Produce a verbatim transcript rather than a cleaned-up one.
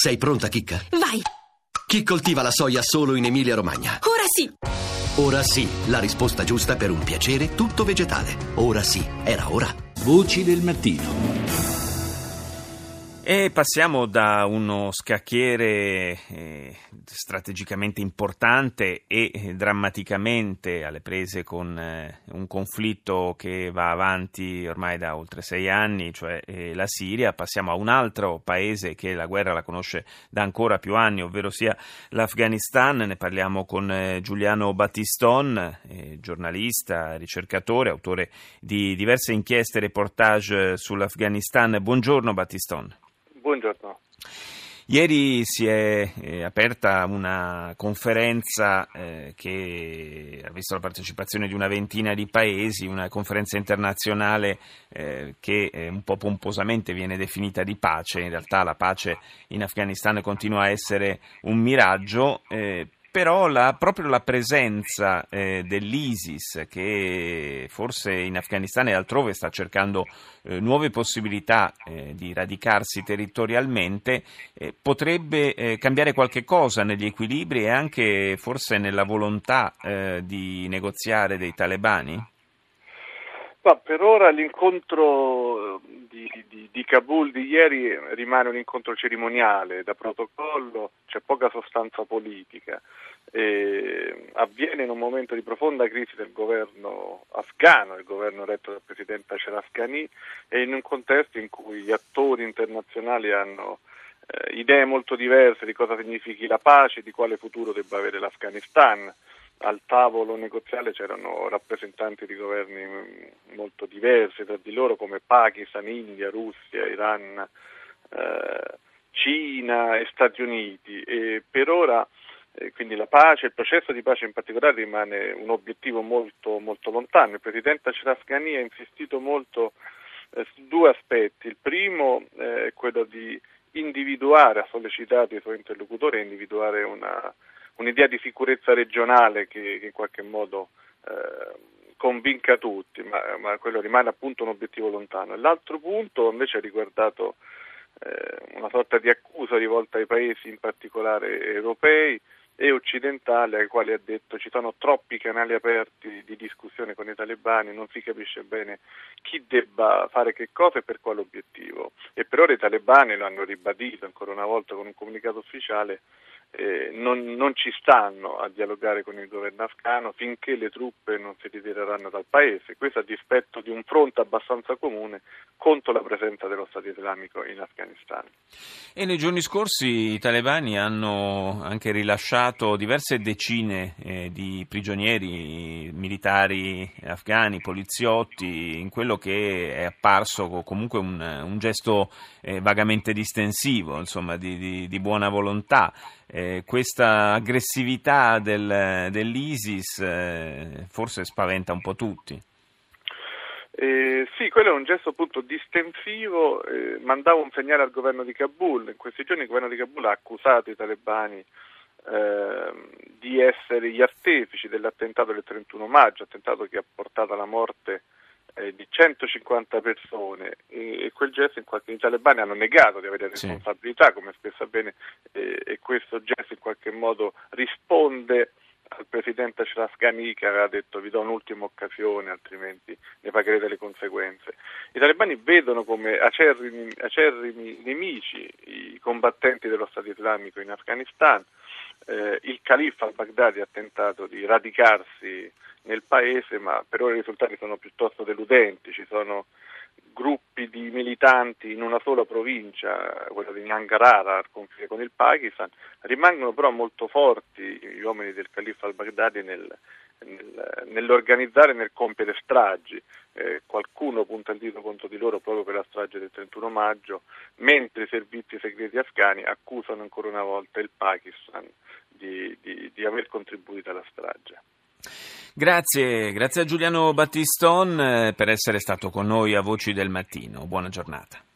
Sei pronta, Chicca? Vai! Chi coltiva la soia solo in Emilia-Romagna? Ora sì! Ora sì, la risposta giusta per un piacere tutto vegetale. Ora sì, era ora. Voci del mattino. E passiamo da uno scacchiere eh, strategicamente importante e eh, drammaticamente alle prese con eh, un conflitto che va avanti ormai da oltre sei anni, cioè eh, la Siria. Passiamo a un altro paese che la guerra la conosce da ancora più anni, ovvero sia l'Afghanistan. Ne parliamo con eh, Giuliano Battiston, eh, giornalista, ricercatore, autore di diverse inchieste e reportage sull'Afghanistan. Buongiorno Battiston. Buongiorno. Ieri si è eh, aperta una conferenza eh, che ha visto la partecipazione di una ventina di paesi, una conferenza internazionale eh, che eh, un po' pomposamente viene definita di pace. In realtà la pace in Afghanistan continua a essere un miraggio, eh, però la, proprio la presenza eh, dell'ISIS, che forse in Afghanistan e altrove sta cercando eh, nuove possibilità eh, di radicarsi territorialmente, eh, potrebbe eh, cambiare qualche cosa negli equilibri e anche forse nella volontà eh, di negoziare dei talebani? Ma per ora l'incontro di, di, di Kabul di ieri rimane un incontro cerimoniale, da protocollo, c'è poca sostanza politica. E avviene in un momento di profonda crisi del governo afghano, il governo retto dal presidente Ashraf Ghani, e in un contesto in cui gli attori internazionali hanno eh, idee molto diverse di cosa significhi la pace e di quale futuro debba avere l'Afghanistan. Al tavolo negoziale c'erano rappresentanti di governi molto diversi tra di loro, come Pakistan, India, Russia, Iran, eh, Cina e Stati Uniti, e per ora eh, quindi la pace, il processo di pace in particolare rimane un obiettivo molto, molto lontano. Il presidente Ashraf Ghani ha insistito molto eh, su due aspetti. Il primo eh, è quello di individuare, ha sollecitato i suoi interlocutori a individuare una un'idea di sicurezza regionale che, che in qualche modo eh, convinca tutti, ma, ma quello rimane appunto un obiettivo lontano. E l'altro punto invece ha riguardato eh, una sorta di accusa rivolta ai paesi, in particolare europei e occidentali, ai quali ha detto ci sono troppi canali aperti di discussione con i talebani, non si capisce bene chi debba fare che cosa e per quale obiettivo. E per ora i talebani lo hanno ribadito ancora una volta con un comunicato ufficiale. Eh, non, non ci stanno a dialogare con il governo afghano finché le truppe non si ritireranno dal paese, questo a dispetto di un fronte abbastanza comune contro la presenza dello Stato islamico in Afghanistan. E nei giorni scorsi i talebani hanno anche rilasciato diverse decine eh, di prigionieri militari afghani, poliziotti, in quello che è apparso comunque un, un gesto eh, vagamente distensivo, insomma di, di, di buona volontà. Eh, questa aggressività del, dell'ISIS eh, forse spaventa un po' tutti. Eh, sì, quello è un gesto appunto distensivo, eh, mandava un segnale al governo di Kabul. In questi giorni il governo di Kabul ha accusato i talebani eh, di essere gli artefici dell'attentato del trentuno maggio, attentato che ha portato alla morte eh, di centocinquanta persone, e, e quel gesto in qualche i talebani hanno negato di avere responsabilità, sì, come spesso avviene, eh, e questo gesto in qualche modo risponde al presidente Ashraf Ghani, che aveva detto vi do un'ultima occasione altrimenti ne pagherete le conseguenze. I talebani vedono come acerrimi, acerrimi nemici i combattenti dello Stato islamico in Afghanistan. Eh, il califfo al-Baghdadi ha tentato di radicarsi nel paese, ma per ora i risultati sono piuttosto deludenti. Ci sono gruppi di militanti in una sola provincia, quella di Nangarhar, al confine con il Pakistan. Rimangono però molto forti gli uomini del califfo al-Baghdadi nel, nel, nell'organizzare e nel compiere stragi. Eh, qualcuno punta il dito contro di loro proprio per la strage del trentuno maggio, mentre i servizi segreti afghani accusano ancora una volta il Pakistan di, di, di aver contribuito alla strage. Grazie, grazie a Giuliano Battiston per essere stato con noi a Voci del Mattino. Buona giornata.